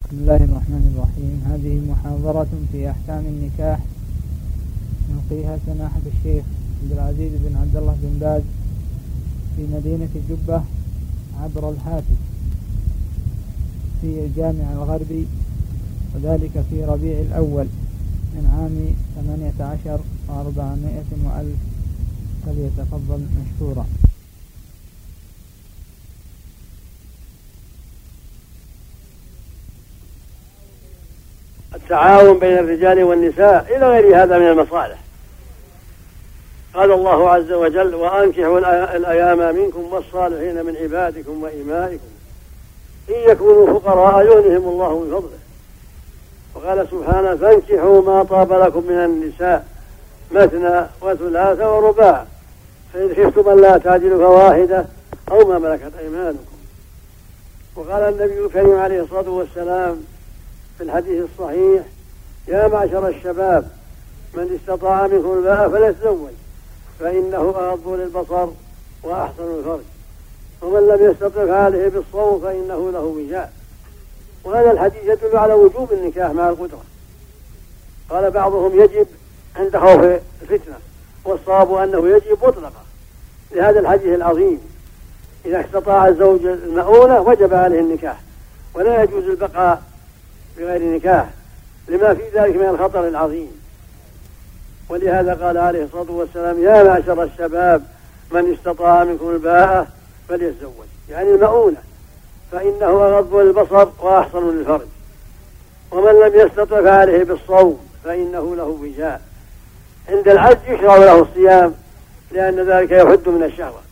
بسم الله الرحمن الرحيم. هذه محاضرة في أحكام النكاح يلقيها سماحة الشيخ عبد العزيز بن عبد الله بن باز في مدينة جبة عبر الهاتف في الجامع الغربي، وذلك في ربيع الأول من عام 18 و400 وألف. فليتفضل مشكورا. التعاون بين الرجال والنساء إلى غير هذا من المصالح. قال الله عز وجل: وأنكحوا الأيام منكم والصالحين من عبادكم وإمائكم إن يكونوا فقراء يغنهم الله من فضله. وقال سبحانه: فانكحوا ما طاب لكم من النساء مثنى وثلاث ورباع فإن خفتم ألا تعدلوا فواحدة أو ما ملكت أيمانكم. وقال النبي الكريم عليه الصلاة والسلام في الحديث الصحيح: يا معشر الشباب من استطاع منكم الباءة فليتزوج فإنه أغض للبصر وأحسن الفرج ومن لم يستطع فعليه بالصوم فإنه له وجاء. وهذا الحديث يدل على وجوب النكاح مع القدرة. قال بعضهم يجب عند خوف الفتنة، والصواب أنه يجب مطلقا لهذا الحديث العظيم. إذا استطاع الزوج المؤونة وجب عليه النكاح، ولا يجوز البقاء بغير نكاح لما في ذلك من الخطر العظيم. ولهذا قال عليه الصلاة والسلام: يا معشر الشباب من استطاع منكم الباءة فليتزوج، يعني المؤونة، فإنه أغض للبصر وأحسن للفرج ومن لم يستطع فعليه بالصوم فإنه له وجاء. عند العجز يشرع له الصيام لأن ذلك يحد من الشهوة.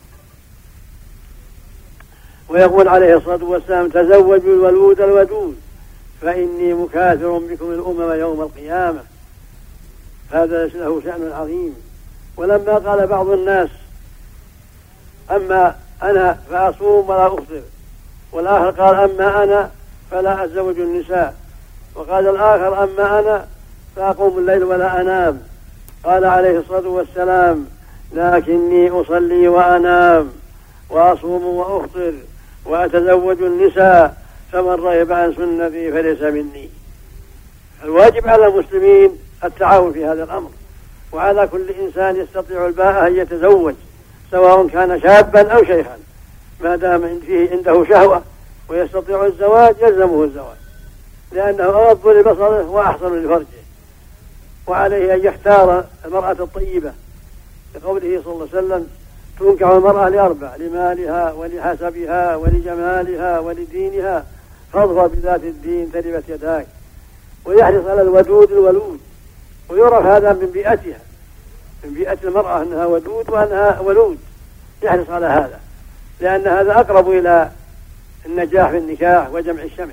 ويقول عليه الصلاة والسلام: تزوجوا الولود الودود فإني مكاثر بكم الأمم يوم القيامة. هذا له شأن عظيم. ولما قال بعض الناس: أما أنا فأصوم ولا أفطر، والآخر قال: أما أنا فلا أتزوج النساء، وقال الآخر: أما أنا فأقوم الليل ولا أنام، قال عليه الصلاة والسلام: لكني أصلي وأنام وأصوم وأفطر وأتزوج النساء فمن رغب عن سنتي فليس مني. الواجب على المسلمين التعاون في هذا الأمر، وعلى كل إنسان يستطيع الباءة أن يتزوج سواء كان شابا أو شيخا، ما دام فيه عنده شهوة ويستطيع الزواج يلزمه الزواج، لأنه أغض لبصره وأحسن لفرجه. وعليه أن يختار المرأة الطيبة، لقوله صلى الله عليه وسلم: تنكح المرأة لأربع: لمالها ولحسبها ولجمالها ولدينها فاظفر بذات الدين تربت يداك. ويحرص على الودود الولود، ويعرف هذا من بيئتها، من بيئة المرأة أنها ودود وأنها ولود، يحرص على هذا لأن هذا أقرب إلى النجاح في النكاح وجمع الشمل.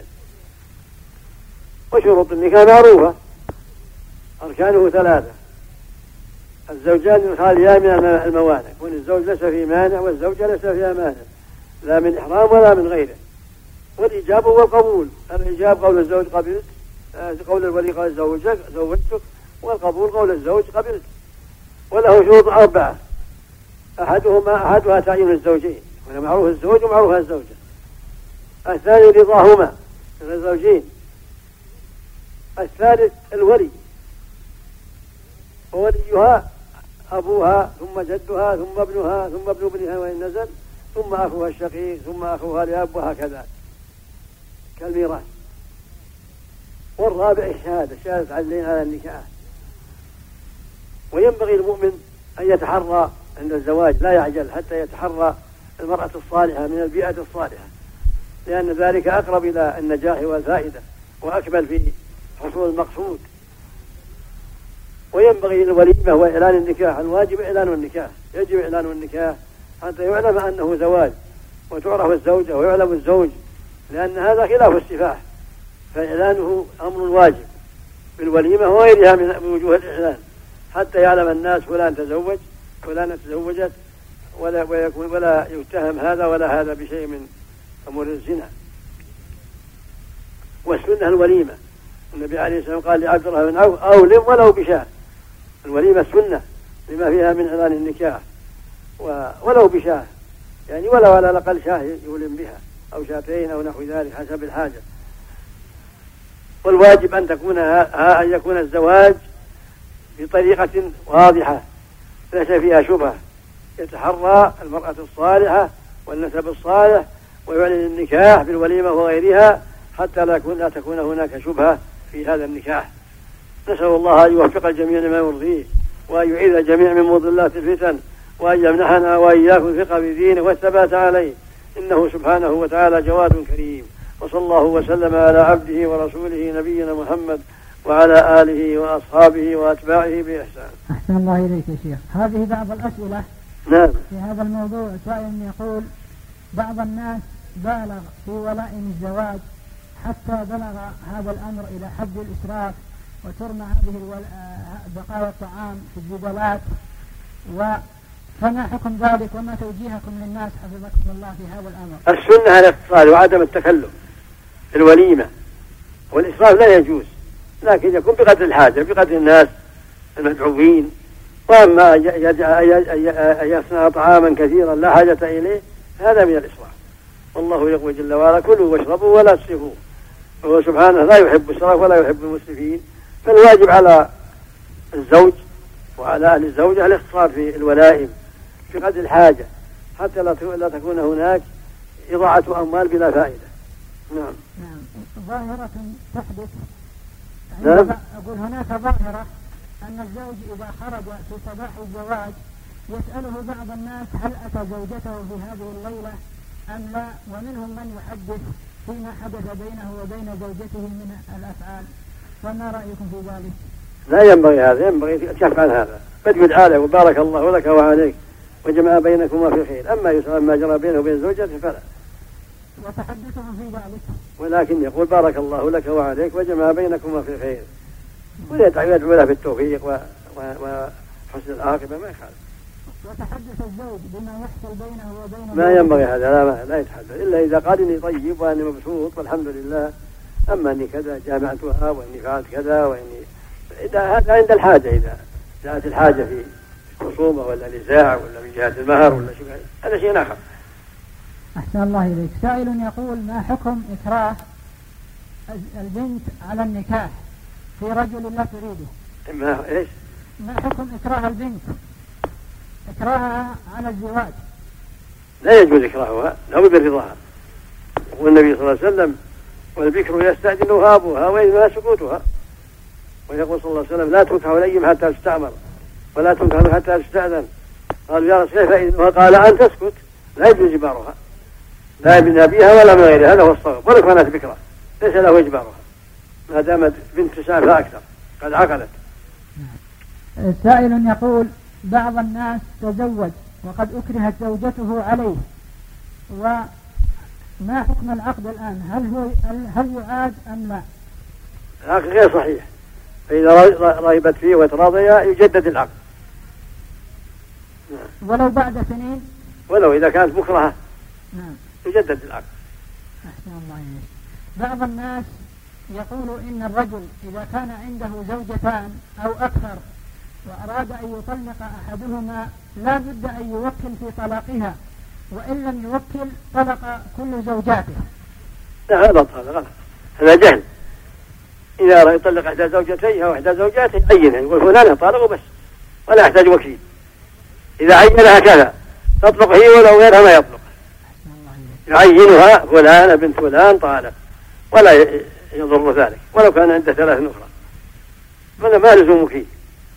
وشروط النكاح معروفة، أركانه 3: الزوجان الخاليان من الموانع، يكون الزوج ليس فيه مانع والزوجة ليس فيها مانع، لا من إحرام ولا من غيره. والإجابة والقبول: الإجابة قول الزوج قبلت، قول الولي قال زوجتك، والقبول قول الزوج قبلت. وله شروط 4: أحدها تعيين الزوجين، وهنا معروف الزوج ومعروفها الزوجة. الثاني رضاهما من الزوجين. الثالث الولي، ووليها أبوها ثم جدها ثم ابنها ثم ابن ابنها وإن نزل ثم أخوها الشقيق ثم أخوها لأب، وهكذا كالميراث. والرابع الشهادة، شهادة عدلين على النكاح. وينبغي المؤمن أن يتحرى عند الزواج، لا يعجل حتى يتحرى المرأة الصالحة من البيئة الصالحة، لأن ذلك أقرب إلى النجاح والفائدة وأكمل في حصول المقصود. وينبغي الوليمة وإعلان النكاح، الواجب إعلان النكاح، يجب إعلان النكاح حتى يعلم أنه زواج، وتعرف الزوجة ويعلم الزوج، لأن هذا خلاف السفاح، فإعلانه أمر واجب بالوليمة وغيرها من وجوه الإعلان، حتى يعلم الناس فلان تزوج فلان تزوجت، ولا يتهم هذا ولا هذا بشيء من أمور الزنا. والسنة الوليمة، النبي عليه السلام قال لعبد الله بن عوف: أولم ولو بشاة. الوليمة السنة لما فيها من إعلان النكاح، ولو بشاة، يعني ولو على الأقل شاة يولم بها أو شاتين أو نحو ذلك حسب الحاجة. والواجب أن يكون الزواج بطريقة واضحة ليس فيها شبهة، يتحرى المرأة الصالحة والنسب الصالح ويعلن النكاح بالوليمة وغيرها حتى لا تكون هناك شبهة في هذا النكاح. نسأل الله أن يوفق الجميع لما يرضيه، وأن يعيذ الجميع من مضلات الفتن، وأن يمنحنا وإياكم الثقة بدينه والثبات عليه، إنه سبحانه وتعالى جواد كريم. وصلى الله وسلم على عبده ورسوله نبينا محمد وعلى آله وأصحابه وأتباعه بإحسان. أحسن الله إليك يا شيخ. هذه بعض الأسئلة نعم. في هذا الموضوع. سائل يقول: بعض الناس بالغ في ولائم الزواج حتى بلغ هذا الأمر إلى حد الإسراف، وترمى هذه بقايا الطعام في الجدلات، فما حكم ذلك وما توجيهكم للناس حفظكم الله في هذا الأمر؟ السنة الاقتصاد وعدم التكلف في الوليمة، والإسراف لا يجوز، لكن يكون بقدر الحاجة بقدر الناس المدعوين. وأما أن يصنع طعاما كثيرا لا حاجة إليه هذا من الإسراف. والله يقول جل وعلا: كلوا واشربوا ولا تسرفوا، وهو سبحانه لا يحب الإسراف ولا يحب المسرفين. فالواجب على الزوج وعلى أهل الزوجة الاقتصاد في الولائم في قدر الحاجة حتى لا تكون هناك إضاعة أموال بلا فائدة. نعم. ظاهرة تحدث. نعم. أقول هناك ظاهرة أن الزوج إذا خرج في صباح الزواج يسأله بعض الناس: هل أتى زوجته في هذه الليلة أم لا؟ ومنهم من يحدث فيما حدث بينه وبين زوجته من الأفعال. فما رأيكم في ذلك؟ لا ينبغي هذا، ينبغي أن تفعل هذا، بل يدعى له: وبارك الله لك وعليك وجمع بينكما في خير. أما يسأل ما جرى بينه وبين زوجته فلا. وتحدثهم في ذلك، ولكن يقول: بارك الله لك وعليك وجمع بينكما في خير، ويدعو له بالتوفيق وحسن العاقبة، ما يخالف. وتحدث الزوج بما يحصل بينه وبين ما ينبغي هذا، لا يتحدث إلا إذا قال: إني طيب وأني مبسوط والحمد لله، أما أني كذا جامعتها وإني فعلت كذا وإني، هذا عند الحاجة، إذا جاءت الحاجة في خصومة ولا نزاع ولا من جهة المهر ولا شيء، هذا شيء آخر. أحسن الله إليك. سائل يقول: ما حكم إكراه البنت على النكاح في رجل لا تريده؟ إيش؟ ما حكم إكراه البنت، إكراهها على الزواج؟ لا يجوز إكراهها، لا برضاها. يقول النبي صلى الله عليه وسلم: والبكر يستأذنها أبوها وإنما سكوتها. ويقول صلى الله عليه وسلم: لا تنكح الأيم حتى تستأمر ولا تنكح حتى تستأذن. قالوا: يا رسول الله كيف إذنها؟ قال: أن تسكت، لا يجوز إجبارها، لا من أبيها ولا من غيرها، هذا هو الصواب. ولو كانت بكرة ليس له إجبارها ما دامت بنت تسعى فأكثر قد عقلت. سائل يقول: بعض الناس تزوج وقد أكرهت زوجته عليه، وما حكم العقد الآن؟ هل يعاد أم لا؟ العقد غير صحيح، فإذا رغبت فيه وتراضيا يجدد العقد. ولو بعد سنين؟ ولو إذا كانت مكرهة يجدد العقد. أحسن الله إليك. بعض الناس يقول إن الرجل إذا كان عنده زوجتان أو أكثر وأراد أن يطلق أحدهما لا بد أن يوكل في طلاقها، وإن لم يوكل طلق كل زوجاته. لا، غلط، هذا غلط، هذا جهل. إذا يطلق إحدى زوجتيه أو إحدى زوجاته يعينها، يقول فلان طالق بس ولا يحتاج وكيل. إذا عينها كذا تطلق هي ولو غيرها ما يطلق، يعينها فلان بنت فلان طالق ولا يضر ذلك ولو كان عنده 3 أخرى، فلا ما لزم وكيل.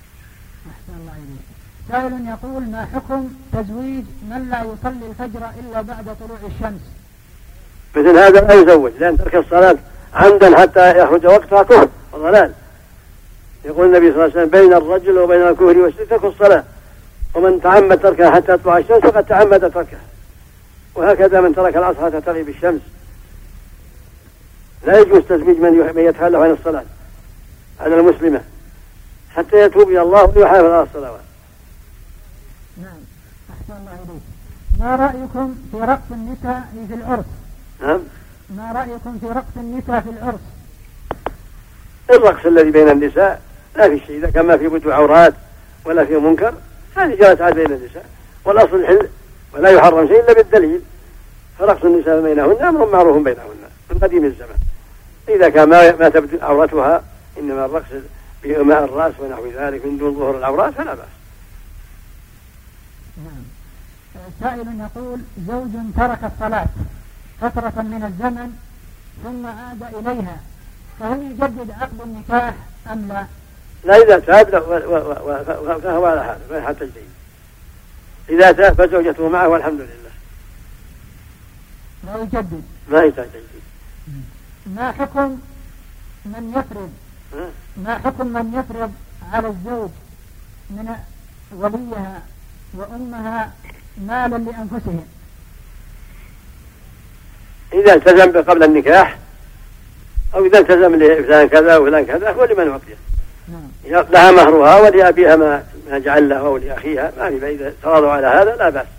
سائل يقول: ما حكم تزويج من لا يصلي الفجر إلا بعد طلوع الشمس؟ مثل هذا لا يزوج، لأن ترك الصلاة عمدا حتى يخرج وقتها كفر وضلال. يقول النبي صلى الله عليه وسلم: بين الرجل وبين الكفر والشرك الصلاة، ومن تعمد تركها حتى تطلع الشمس فقد تعمد تركها. وهكذا من ترك العصر حتى تغيب الشمس. لا يجوز تزويج من يتخلف عن الصلاة على المسلمة حتى يتوب إلى الله ويحافظ على الصلوات. نعم. أحسن الله إليك. ما رأيكم في رقص النساء في العرس؟ نعم. ما رأيكم في رقص النساء في العرس؟ الرقص الذي بين النساء لا في شيء، إذا كان ما في بدو عورات ولا في منكر هذه جرت عاد بين النساء، والأصل الحل ولا يحرم شيء إلا بالدليل. فرقص النساء بينهن أمر معروف بينهن من قديم الزمان، إذا كان ما تبدو عورتها إنما الرقص بإماء الرأس ونحو ذلك من دون ظهور العورات فلا بأس. سائل يقول زوج ترك الصلاة فترة من الزمن ثم عاد إليها فهل يجدد عقد النكاح أم لا؟ لا، إذا تاب فهو على حاله ما يحتاج تجديد. إذا تاب فزوجته معه والحمد لله. لا يجدد. ما يحتاج تجديد. ما حكم من يفرض على الزوج من وليها وأمها مالا لأنفسهم؟ إذا التزم قبل النكاح أو إذا التزم لفلان كذا وفلان كذا هو لمن يعطيه. لها مهرها ولأبيها ما جعل لها ولأخيها ما في. إذا تراضوا على هذا لا بأس.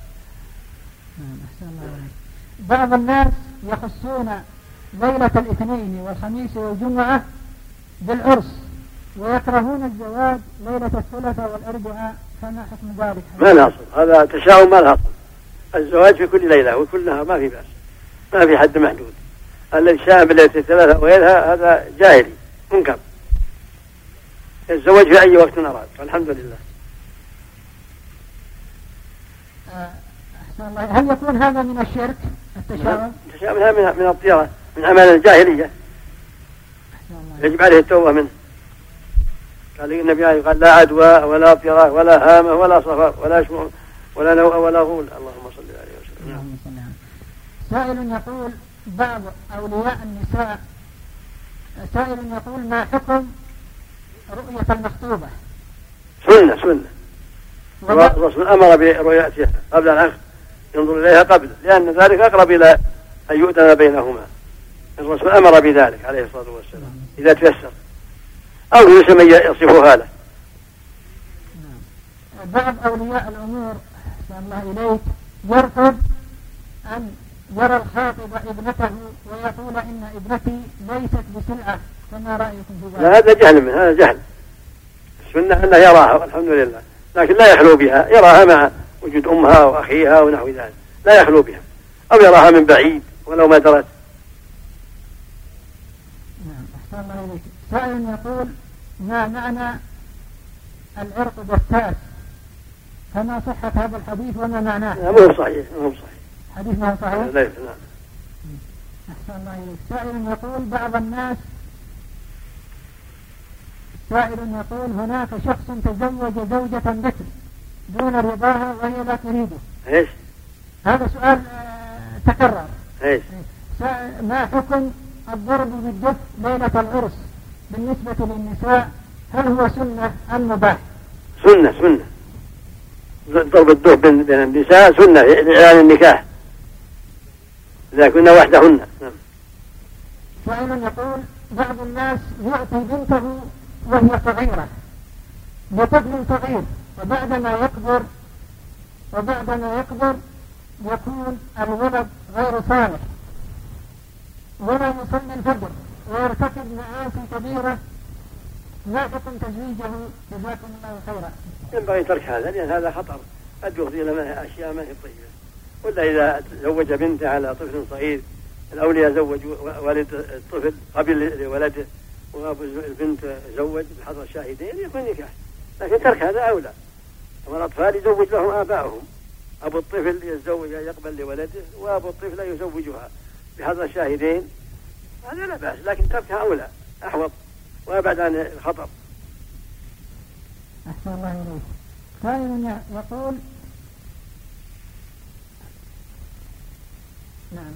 بعض الناس يخصون ليلة الاثنين والخميس والجمعة بالعرس ويكرهون الزواج ليلة الثلاثاء والأربعاء، فما حكم ذلك؟ ما لها أصل، هذا تشاؤم ما لها أصل. الزواج في كل ليلة وكل نهار ما في بأس، ما في حد محدود. الذي شاء بليلة الثلاثاء وغيرها هذا جاهلي منكر. الزواج في أي وقت أراد والحمد لله. أحسن الله. هل يكون هذا من الشرك التشاؤم؟ التشاؤم من الطيرة، من أعمال الجاهلية، يجب عليه التوبة منه. قال النبي قال لا عدوى ولا طيرة ولا هامة ولا صفر ولا شموع ولا نوء ولا غول. اللهم صل عليه وسلم. سائل يقول بعض أولياء النساء، سائل يقول ما حكم رؤية المخطوبة؟ سنة. الرسول أمر برؤيتها قبل العقد، ينظر إليها قبل، لأن ذلك أقرب إلى أن يؤذن بينهما. الرسول أمر بذلك عليه الصلاة والسلام إذا تيسر أو يسمى يصفها له. بعض أولياء الأمور أحسن الله إليك يرفض أن يرى الخاطب ابنته ويقول إن ابنتي ليست بسلعة، فما رأيكم في ذلك؟ لا، هذا جهل منه، هذا جهل. السنة أنه يراها والحمد لله، لكن لا يخلو بها، يراها مع وجود أمها وأخيها ونحو ذلك، لا يخلو بها، أو يراها من بعيد ولو ما درت. أحسن الله إليك. سائل يقول ما معنى العرق بالتاس، فما صحة هذا الحديث وما معناه؟ مو صحيح. حديث ما صحيح؟ لا. أحسن الله إليك. سائل يقول بعض الناس، سائل يقول هناك شخص تزوج زوجة بكر دون رضاها وهي لا تريده. إيش؟ هذا سؤال تكرر. إيش؟ ما حكم الضرب بالدف ليلة العرس بالنسبة للنساء؟ هل هو سنة أم مباح؟ سنة. ضرب الدف بين النساء سنة لإعلان النكاح إذا كنا وحدهن. سائل يقول بعض الناس يعطي بنته وهي صغيرة لطفل صغير، وبعدما يكبر يكون الولد غير صالح ولا يصلي الفجر ويرتكب معاصي كبيرة، ما حكم تزويجه؟ جزاكم الله خيرا. ينبغي ترك هذا، لأن هذا خطر، قد يفضي إلى أشياء ما هي طيبة. ولا إذا تزوج بنته على طفل صغير، الأولياء زوجوا والد الطفل قبل لولده وأبو البنت زوج بحضر الشاهدين يكون نكاح، لكن ترك هذا أولى. والأطفال يزوج لهم آبائهم، أبو الطفل يتزوج يقبل لولده وأبو الطفل يزوجها بحضر الشاهدين، هذا لا بأس، لكن تركها أولى أحوط وأبعد عن الخطر. أحسن الله إليك. سائل يقول نعم،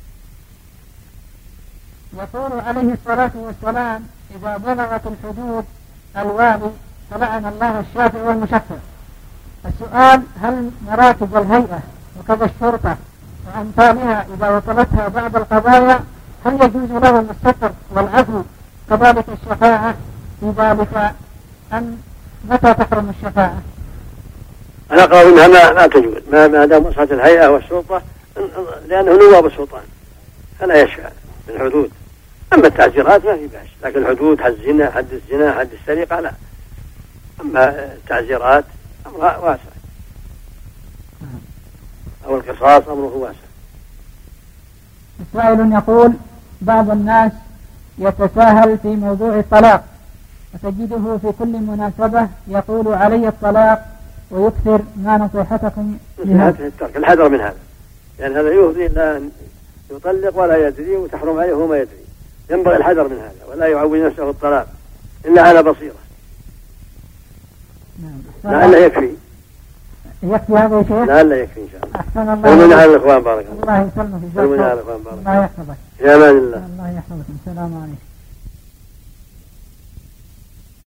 يقول عليه الصلاة والسلام إذا بلغت الحدود الوالي فلعن الله الشافع والمشفع. السؤال هل مراكز الهيئة وكذا الشرطة وأمثالها إذا وصلتها بعض القضايا هل يجوز لهم الستر والعفو كذلك الشفاعة في ذلك أم متى تحرم الشفاعة؟ أنا قال إنها ما تجوز ما دام وصلت الهيئة والشرطة، لأنه نواب السلطان فلا يشفع في الحدود. أما التعزيرات ما في بأس، لكن الحدود حد الزنا حد السرقة لا. أما التعزيرات أمرها واسع، أو القصاص أمره واسع. السائل يقول بعض الناس يتساهل في موضوع الطلاق، وتجده في كل مناسبة يقول علي الطلاق، ويكثر ما نصيحتكم بهذا. الحذر من هذا، يعني هذا يفضي إلى أن يطلق ولا يدري وتحرم عليه وهو ما يدري. ينبغي الحذر من هذا ولا يعود نفسه الطلاق إلا على بصيرة. لعل يكفي هذا يا شيخ؟ لعل يكفي إن شاء الله. أحسن الله. سلمنا على الإخوان بارك الله يسلمك. سلمنا على الإخوان بارك الله يحفظك. يا أمان الله. الله يحفظك. السلام عليكم.